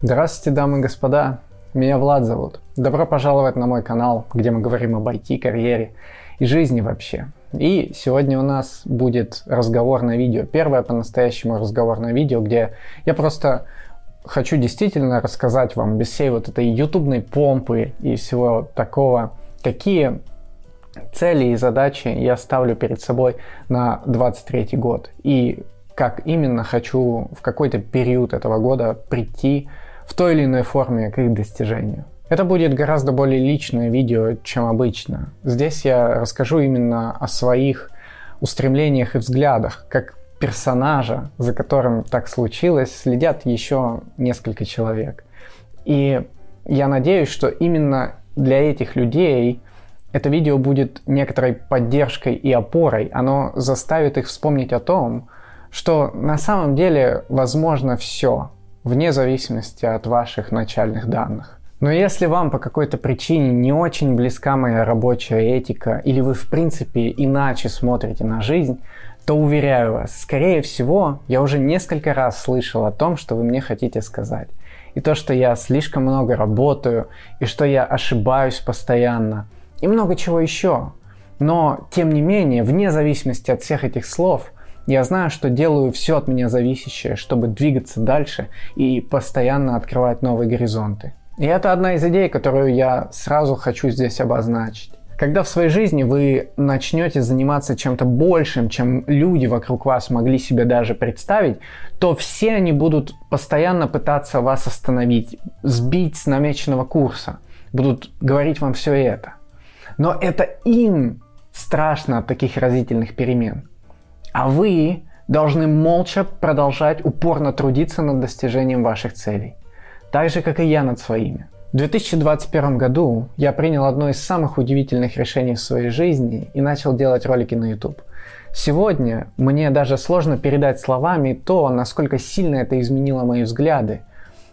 Здравствуйте, дамы и господа, меня Влад зовут. Добро пожаловать на мой канал, где мы говорим об IT, карьере и жизни вообще. И сегодня у нас будет разговорное видео, первое по-настоящему разговорное видео, где я просто хочу действительно рассказать вам без всей вот этой ютубной помпы и всего такого, какие цели и задачи я ставлю перед собой на 2023 год. И как именно хочу в какой-то период этого года прийти в той или иной форме к их достижению. Это будет гораздо более личное видео, чем обычно. Здесь я расскажу именно о своих устремлениях и взглядах, как персонажа, за которым так случилось, следят еще несколько человек. И я надеюсь, что именно для этих людей это видео будет некоторой поддержкой и опорой. Оно заставит их вспомнить о том, что на самом деле возможно все, вне зависимости от ваших начальных данных. Но если вам по какой-то причине не очень близка моя рабочая этика, или вы в принципе иначе смотрите на жизнь, то уверяю вас, скорее всего, я уже несколько раз слышал о том, что вы мне хотите сказать. И то, что я слишком много работаю, и что я ошибаюсь постоянно, и много чего еще. Но, тем не менее, вне зависимости от всех этих слов, я знаю, что делаю все от меня зависящее, чтобы двигаться дальше и постоянно открывать новые горизонты. И это одна из идей, которую я сразу хочу здесь обозначить. Когда в своей жизни вы начнете заниматься чем-то большим, чем люди вокруг вас могли себе даже представить, то все они будут постоянно пытаться вас остановить, сбить с намеченного курса, будут говорить вам все это. Но это им страшно от таких разительных перемен. А вы должны молча продолжать упорно трудиться над достижением ваших целей. Так же, как и я над своими. В 2021 году я принял одно из самых удивительных решений в своей жизни и начал делать ролики на YouTube. Сегодня мне даже сложно передать словами то, насколько сильно это изменило мои взгляды,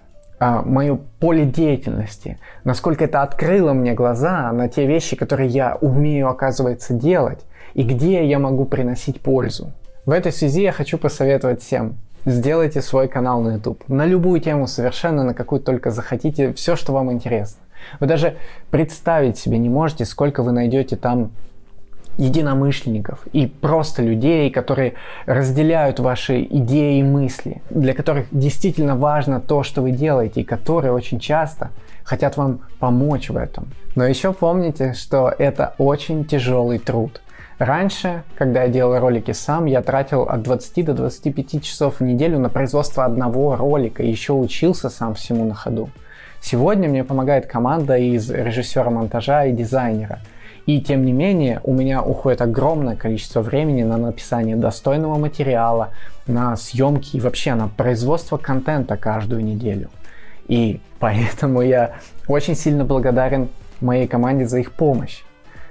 мое поле деятельности, насколько это открыло мне глаза на те вещи, которые я умею, оказывается, делать, и где я могу приносить пользу. В этой связи я хочу посоветовать всем: сделайте свой канал на YouTube. На любую тему совершенно, на какую только захотите, все, что вам интересно. Вы даже представить себе не можете, сколько вы найдете там единомышленников и просто людей, которые разделяют ваши идеи и мысли, для которых действительно важно то, что вы делаете, и которые очень часто хотят вам помочь в этом. Но еще помните, что это очень тяжелый труд. Раньше, когда я делал ролики сам, я тратил от 20 до 25 часов в неделю на производство одного ролика и еще учился сам всему на ходу. Сегодня мне помогает команда из режиссера монтажа и дизайнера. И тем не менее, у меня уходит огромное количество времени на написание достойного материала, на съемки и вообще на производство контента каждую неделю. И поэтому я очень сильно благодарен моей команде за их помощь.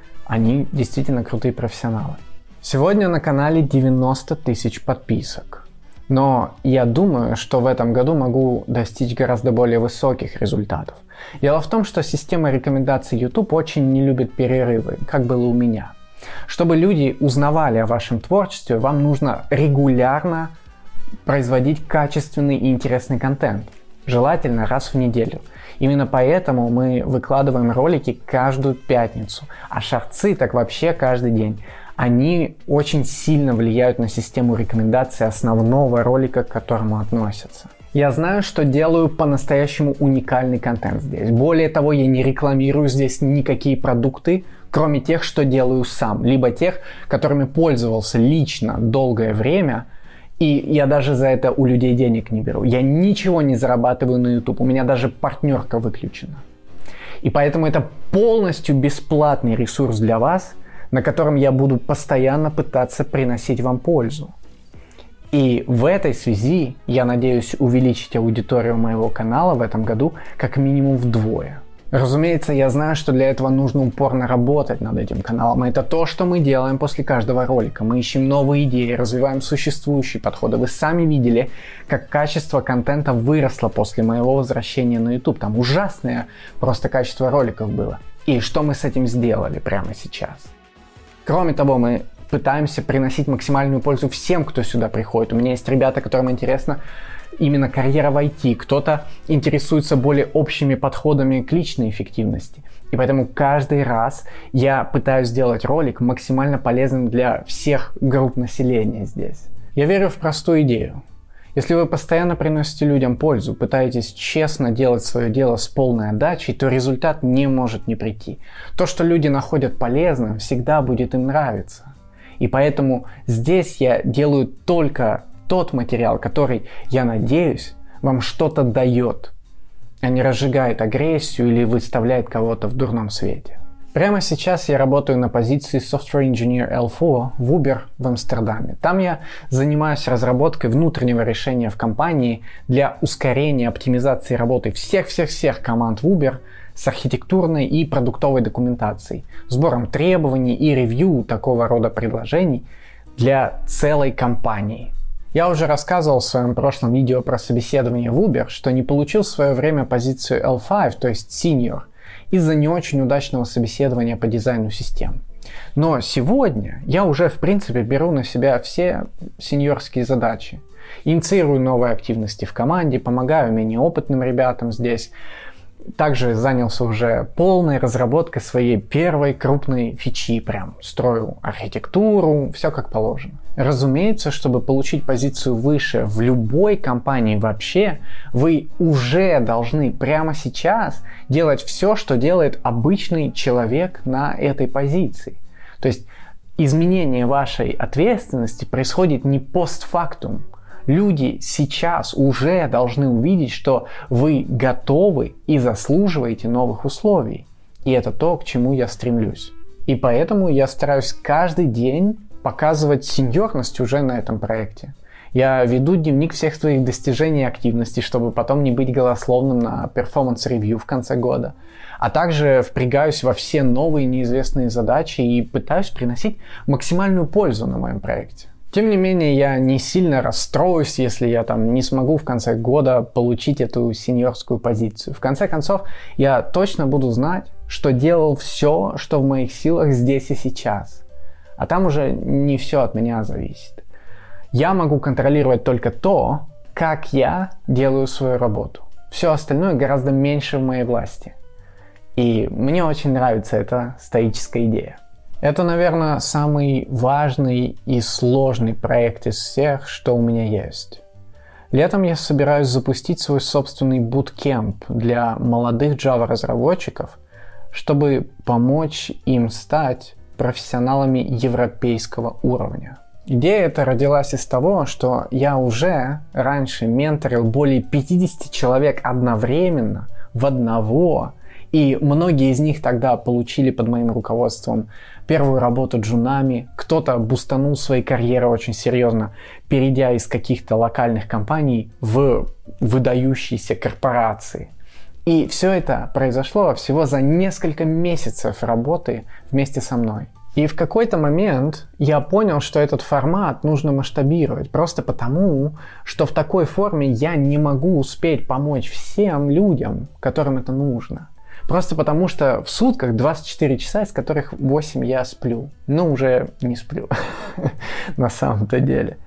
Они действительно крутые профессионалы. Сегодня на канале 90 тысяч подписок. Но я думаю, что в этом году могу достичь гораздо более высоких результатов. Дело в том, что система рекомендаций YouTube очень не любит перерывы, как было у меня. Чтобы люди узнавали о вашем творчестве, вам нужно регулярно производить качественный и интересный контент. Желательно раз в неделю. Именно поэтому мы выкладываем ролики каждую пятницу, а шортсы так вообще каждый день. Они очень сильно влияют на систему рекомендаций основного ролика, к которому относятся. Я знаю, что делаю по-настоящему уникальный контент здесь. Более того, я не рекламирую здесь никакие продукты, кроме тех, что делаю сам, либо тех, которыми пользовался лично долгое время. И я даже за это у людей денег не беру. Я ничего не зарабатываю на YouTube. У меня даже партнерка выключена. И поэтому это полностью бесплатный ресурс для вас, на котором я буду постоянно пытаться приносить вам пользу. И в этой связи я надеюсь увеличить аудиторию моего канала в этом году как минимум вдвое. Разумеется, я знаю, что для этого нужно упорно работать над этим каналом. И это то, что мы делаем после каждого ролика. Мы ищем новые идеи, развиваем существующие подходы. Вы сами видели, как качество контента выросло после моего возвращения на YouTube. Там ужасное просто качество роликов было. И что мы с этим сделали прямо сейчас? Кроме того, мы пытаемся приносить максимальную пользу всем, кто сюда приходит. У меня есть ребята, которым интересно именно карьера в IT, кто-то интересуется более общими подходами к личной эффективности. И поэтому каждый раз я пытаюсь сделать ролик максимально полезным для всех групп населения здесь. Я верю в простую идею. Если вы постоянно приносите людям пользу, пытаетесь честно делать свое дело с полной отдачей, то результат не может не прийти. То, что люди находят полезным, всегда будет им нравиться. И поэтому здесь я делаю только тот материал, который, я надеюсь, вам что-то дает, а не разжигает агрессию или выставляет кого-то в дурном свете. Прямо сейчас я работаю на позиции Software Engineer L4 в Uber в Амстердаме. Там я занимаюсь разработкой внутреннего решения в компании для ускорения оптимизации работы всех команд в Uber с архитектурной и продуктовой документацией, сбором требований и ревью такого рода предложений для целой компании. Я уже рассказывал в своем прошлом видео про собеседование в Uber, что не получил в свое время позицию L5, то есть Senior, из-за не очень удачного собеседования по дизайну систем. Но сегодня я уже в принципе беру на себя все сеньорские задачи. Инициирую новые активности в команде, помогаю менее опытным ребятам здесь. Также занялся уже полной разработкой своей первой крупной фичи, прям строю архитектуру, все как положено. Разумеется, чтобы получить позицию выше в любой компании вообще, вы уже должны прямо сейчас делать все, что делает обычный человек на этой позиции. То есть изменение вашей ответственности происходит не постфактум. Люди сейчас уже должны увидеть, что вы готовы и заслуживаете новых условий. И это то, к чему я стремлюсь. И поэтому я стараюсь каждый день показывать сеньорность уже на этом проекте. Я веду дневник всех своих достижений и активностей, чтобы потом не быть голословным на перформанс-ревью в конце года. А также впрягаюсь во все новые неизвестные задачи и пытаюсь приносить максимальную пользу на моем проекте. Тем не менее, я не сильно расстроюсь, если я не смогу в конце года получить эту сеньорскую позицию. В конце концов, я точно буду знать, что делал все, что в моих силах здесь и сейчас. А там уже не все от меня зависит. Я могу контролировать только то, как я делаю свою работу. Все остальное гораздо меньше в моей власти. И мне очень нравится эта стоическая идея. Это, наверное, самый важный и сложный проект из всех, что у меня есть. Летом я собираюсь запустить свой собственный буткемп для молодых Java-разработчиков, чтобы помочь им стать профессионалами европейского уровня. Идея эта родилась из того, что я уже раньше менторил более 50 человек одновременно в одного, и многие из них тогда получили под моим руководством первую работу джунами, кто-то бустанул свои карьеры очень серьезно, перейдя из каких-то локальных компаний в выдающиеся корпорации. И все это произошло всего за несколько месяцев работы вместе со мной. И в какой-то момент я понял, что этот формат нужно масштабировать, просто потому, что в такой форме я не могу успеть помочь всем людям, которым это нужно. Просто потому, что в сутках 24 часа, из которых 8 я сплю. Ну, уже не сплю, на самом-то деле.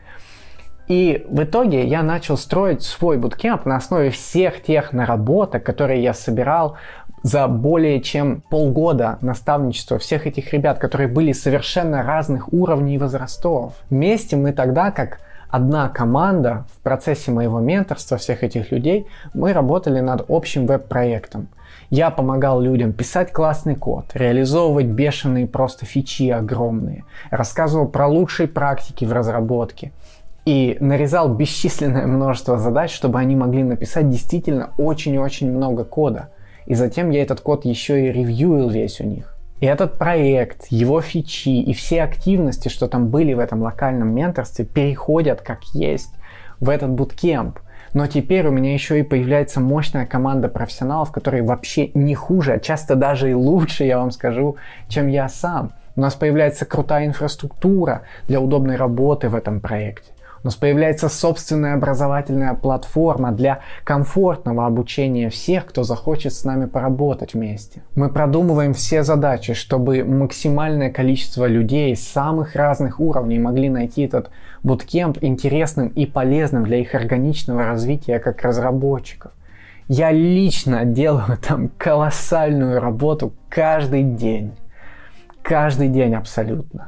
И в итоге я начал строить свой буткемп на основе всех тех наработок, которые я собирал за более чем полгода наставничества всех этих ребят, которые были совершенно разных уровней и возрастов. Вместе мы тогда, как одна команда, в процессе моего менторства всех этих людей, мы работали над общим веб-проектом. Я помогал людям писать классный код, реализовывать бешеные просто фичи огромные, рассказывал про лучшие практики в разработке и нарезал бесчисленное множество задач, чтобы они могли написать действительно очень-очень много кода. И затем я этот код еще и ревьюил весь у них. И этот проект, его фичи и все активности, что там были в этом локальном менторстве, переходят как есть в этот буткемп. Но теперь у меня еще и появляется мощная команда профессионалов, которые вообще не хуже, а часто даже и лучше, я вам скажу, чем я сам. У нас появляется крутая инфраструктура для удобной работы в этом проекте. У нас появляется собственная образовательная платформа для комфортного обучения всех, кто захочет с нами поработать вместе. Мы продумываем все задачи, чтобы максимальное количество людей самых разных уровней могли найти этот буткемп интересным и полезным для их органичного развития как разработчиков. Я лично делаю там колоссальную работу каждый день. Каждый день абсолютно.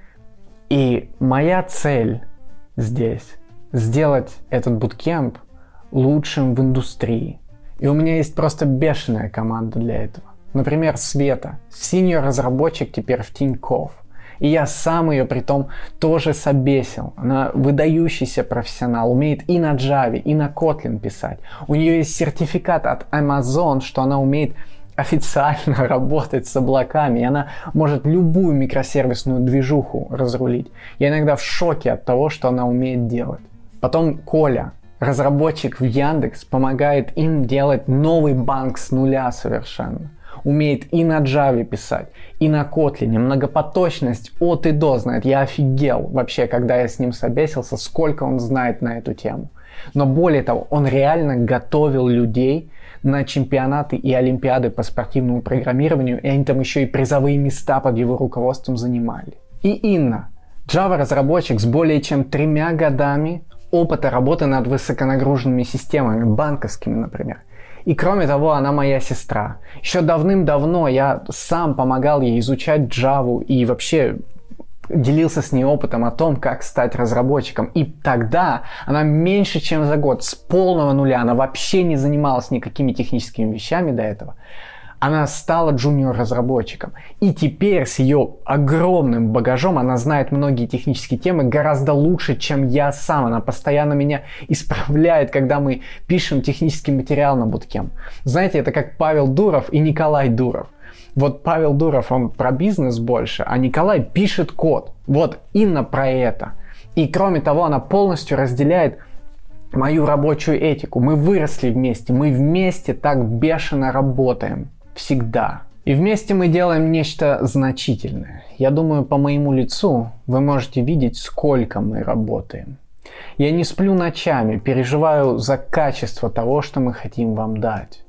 И моя цель здесь сделать этот буткемп лучшим в индустрии. И у меня есть просто бешеная команда для этого. Например, Света, senior-разработчик теперь в Тинькофф. И я сам ее притом тоже собесил. Она выдающийся профессионал, умеет и на Java, и на Kotlin писать. У нее есть сертификат от Amazon, что она умеет официально работать с облаками, и она может любую микросервисную движуху разрулить. Я иногда в шоке от того, что она умеет делать. Потом Коля, разработчик в Яндекс, помогает им делать новый банк с нуля совершенно. Умеет и на Java писать, и на Kotlin. Многопоточность от и до знает. Я офигел вообще, когда я с ним собесился, сколько он знает на эту тему. Но более того, он реально готовил людей на чемпионаты и олимпиады по спортивному программированию, и они там еще и призовые места под его руководством занимали. И Инна, Java-разработчик с более чем 3 годами опыта работы над высоконагруженными системами, банковскими, например. И кроме того, она моя сестра. Еще давным-давно я сам помогал ей изучать Java и вообще делился с ней опытом о том, как стать разработчиком. И тогда она меньше чем за год, с полного нуля, она вообще не занималась никакими техническими вещами до этого, она стала джуниор-разработчиком. И теперь с ее огромным багажом она знает многие технические темы гораздо лучше, чем я сам. Она постоянно меня исправляет, когда мы пишем технический материал на буткемп. Знаете, это как Павел Дуров и Николай Дуров. Вот Павел Дуров, он про бизнес больше, а Николай пишет код. Вот Инна про это. И кроме того, она полностью разделяет мою рабочую этику. Мы выросли вместе, мы вместе так бешено работаем. Всегда. И вместе мы делаем нечто значительное. Я думаю, по моему лицу вы можете видеть, сколько мы работаем. Я не сплю ночами, переживаю за качество того, что мы хотим вам дать.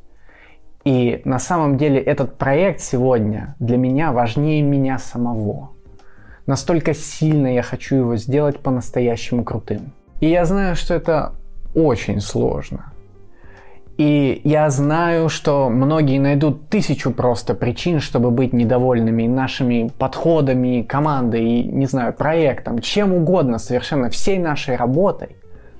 И на самом деле этот проект сегодня для меня важнее меня самого. Настолько сильно я хочу его сделать по-настоящему крутым. И я знаю, что это очень сложно. И я знаю, что многие найдут 1000 просто причин, чтобы быть недовольными нашими подходами, командой, и, не знаю, проектом, чем угодно, совершенно всей нашей работой.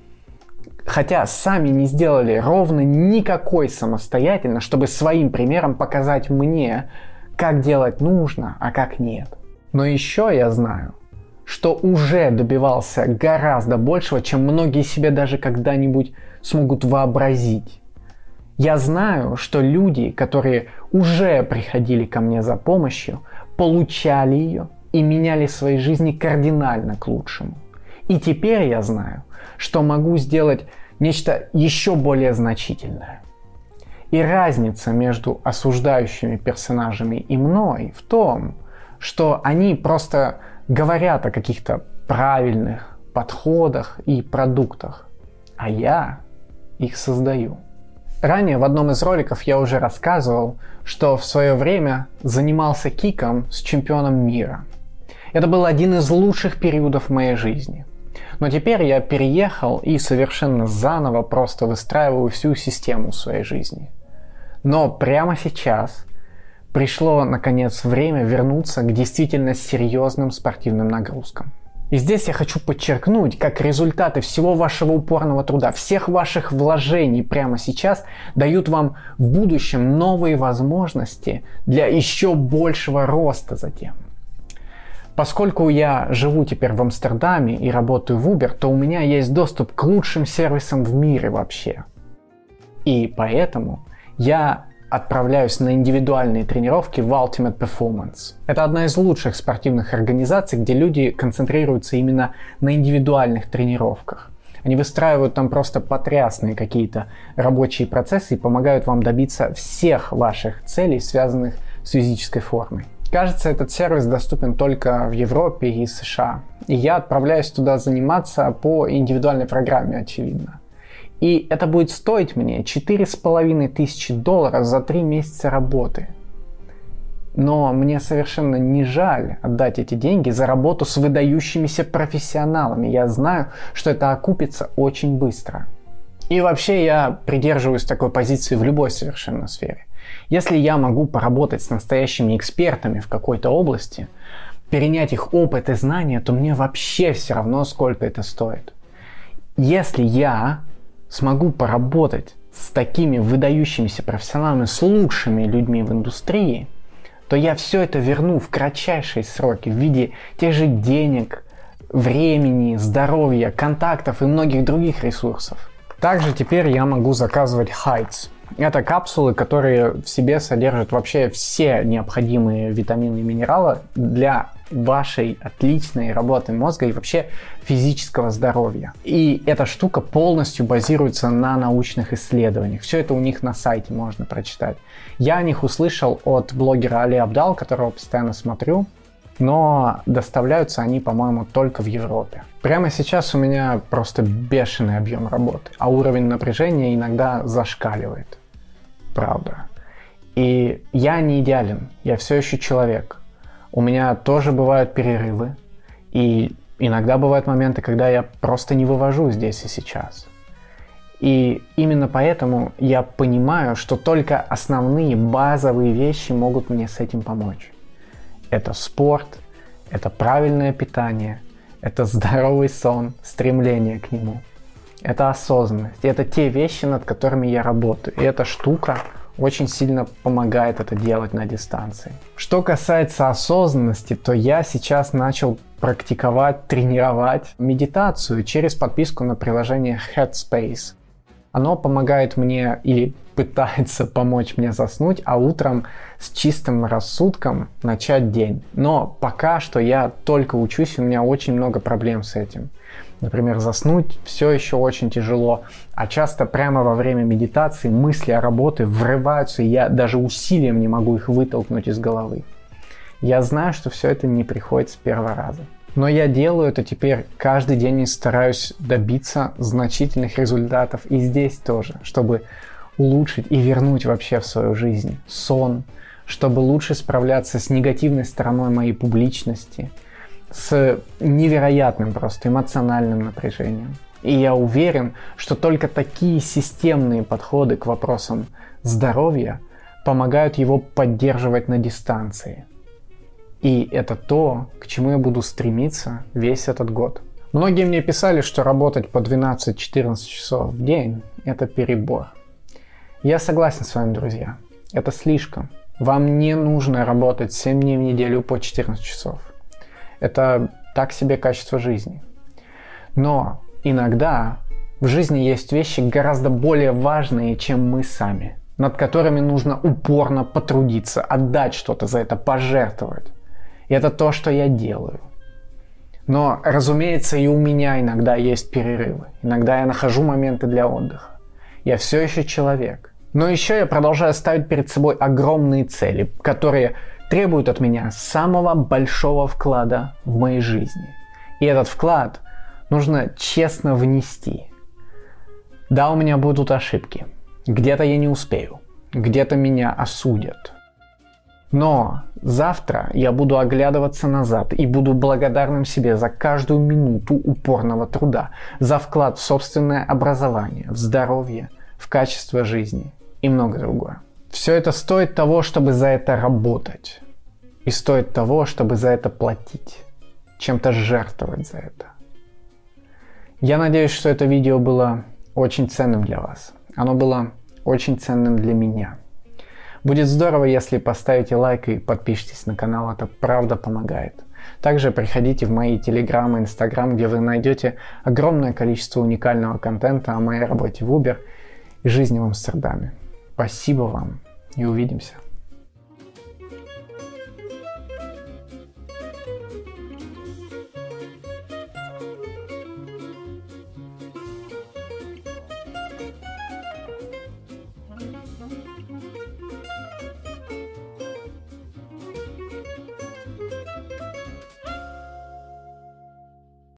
Хотя сами не сделали ровно никакой самостоятельно, чтобы своим примером показать мне, как делать нужно, а как нет. Но еще я знаю, что уже добивался гораздо большего, чем многие себе даже когда-нибудь смогут вообразить. Я знаю, что люди, которые уже приходили ко мне за помощью, получали ее и меняли свои жизни кардинально к лучшему. И теперь я знаю, что могу сделать нечто еще более значительное. И разница между осуждающими персонажами и мной в том, что они просто говорят о каких-то правильных подходах и продуктах, а я их создаю. Ранее в одном из роликов я уже рассказывал, что в свое время занимался киком с чемпионом мира. Это был один из лучших периодов в моей жизни. Но теперь я переехал и совершенно заново просто выстраиваю всю систему своей жизни. Но прямо сейчас пришло, наконец, время вернуться к действительно серьезным спортивным нагрузкам. И здесь я хочу подчеркнуть, как результаты всего вашего упорного труда, всех ваших вложений прямо сейчас дают вам в будущем новые возможности для еще большего роста затем. Поскольку я живу теперь в Амстердаме и работаю в Uber, то у меня есть доступ к лучшим сервисам в мире вообще. И поэтому я отправляюсь на индивидуальные тренировки в Ultimate Performance. Это одна из лучших спортивных организаций, где люди концентрируются именно на индивидуальных тренировках. Они выстраивают там просто потрясные какие-то рабочие процессы и помогают вам добиться всех ваших целей, связанных с физической формой. Кажется, этот сервис доступен только в Европе и США. И я отправляюсь туда заниматься по индивидуальной программе, очевидно. И это будет стоить мне $4500 за 3 месяца работы. Но мне совершенно не жаль отдать эти деньги за работу с выдающимися профессионалами. Я знаю, что это окупится очень быстро. И вообще я придерживаюсь такой позиции в любой совершенно сфере. Если я могу поработать с настоящими экспертами в какой-то области, перенять их опыт и знания, то мне вообще все равно, сколько это стоит. Если я смогу поработать с такими выдающимися профессионалами, с лучшими людьми в индустрии, то я все это верну в кратчайшие сроки в виде тех же денег, времени, здоровья, контактов и многих других ресурсов. Также теперь я могу заказывать Heights. Это капсулы, которые в себе содержат вообще все необходимые витамины и минералы для вашей отличной работы мозга и вообще физического здоровья. И эта штука полностью базируется на научных исследованиях. Все это у них на сайте можно прочитать. Я о них услышал от блогера Али Абдал, которого постоянно смотрю. Но доставляются они, по-моему, только в Европе. Прямо сейчас у меня просто бешеный объем работы, а уровень напряжения иногда зашкаливает. Правда. И я не идеален, я все еще человек. У меня тоже бывают перерывы, и иногда бывают моменты, когда я просто не вывожу здесь и сейчас. И именно поэтому я понимаю, что только основные базовые вещи могут мне с этим помочь. Это спорт, это правильное питание, это здоровый сон, стремление к нему. Это осознанность. И это те вещи, над которыми я работаю. И эта штука очень сильно помогает это делать на дистанции. Что касается осознанности, то я сейчас начал практиковать, тренировать медитацию через подписку на приложение Headspace. Оно помогает мне или пытается помочь мне заснуть, а утром с чистым рассудком начать день. Но пока что я только учусь, у меня очень много проблем с этим. Например, заснуть все еще очень тяжело, а часто прямо во время медитации мысли о работе врываются, и я даже усилием не могу их вытолкнуть из головы. Я знаю, что все это не приходит с первого раза. Но я делаю это теперь каждый день и стараюсь добиться значительных результатов и здесь тоже, чтобы улучшить и вернуть вообще в свою жизнь сон, чтобы лучше справляться с негативной стороной моей публичности, с невероятным просто эмоциональным напряжением. И я уверен, что только такие системные подходы к вопросам здоровья помогают его поддерживать на дистанции. И это то, к чему я буду стремиться весь этот год. Многие мне писали, что работать по 12-14 часов в день – это перебор. Я согласен с вами, друзья. Это слишком. Вам не нужно работать 7 дней в неделю по 14 часов. Это так себе качество жизни. Но иногда в жизни есть вещи гораздо более важные, чем мы сами, над которыми нужно упорно потрудиться, отдать что-то за это, пожертвовать. И это то, что я делаю. Но, разумеется, и у меня иногда есть перерывы. Иногда я нахожу моменты для отдыха. Я все еще человек. Но еще я продолжаю ставить перед собой огромные цели, которые требуют от меня самого большого вклада в моей жизни. И этот вклад нужно честно внести. Да, у меня будут ошибки. Где-то я не успею. Где-то меня осудят. Но завтра я буду оглядываться назад и буду благодарным себе за каждую минуту упорного труда, за вклад в собственное образование, в здоровье, в качество жизни и многое другое. Все это стоит того, чтобы за это работать. И стоит того, чтобы за это платить. Чем-то жертвовать за это. Я надеюсь, что это видео было очень ценным для вас. Оно было очень ценным для меня. Будет здорово, если поставите лайк и подпишитесь на канал, это правда помогает. Также приходите в мои Telegram и Instagram, где вы найдете огромное количество уникального контента о моей работе в Uber и жизни в Амстердаме. Спасибо вам и увидимся.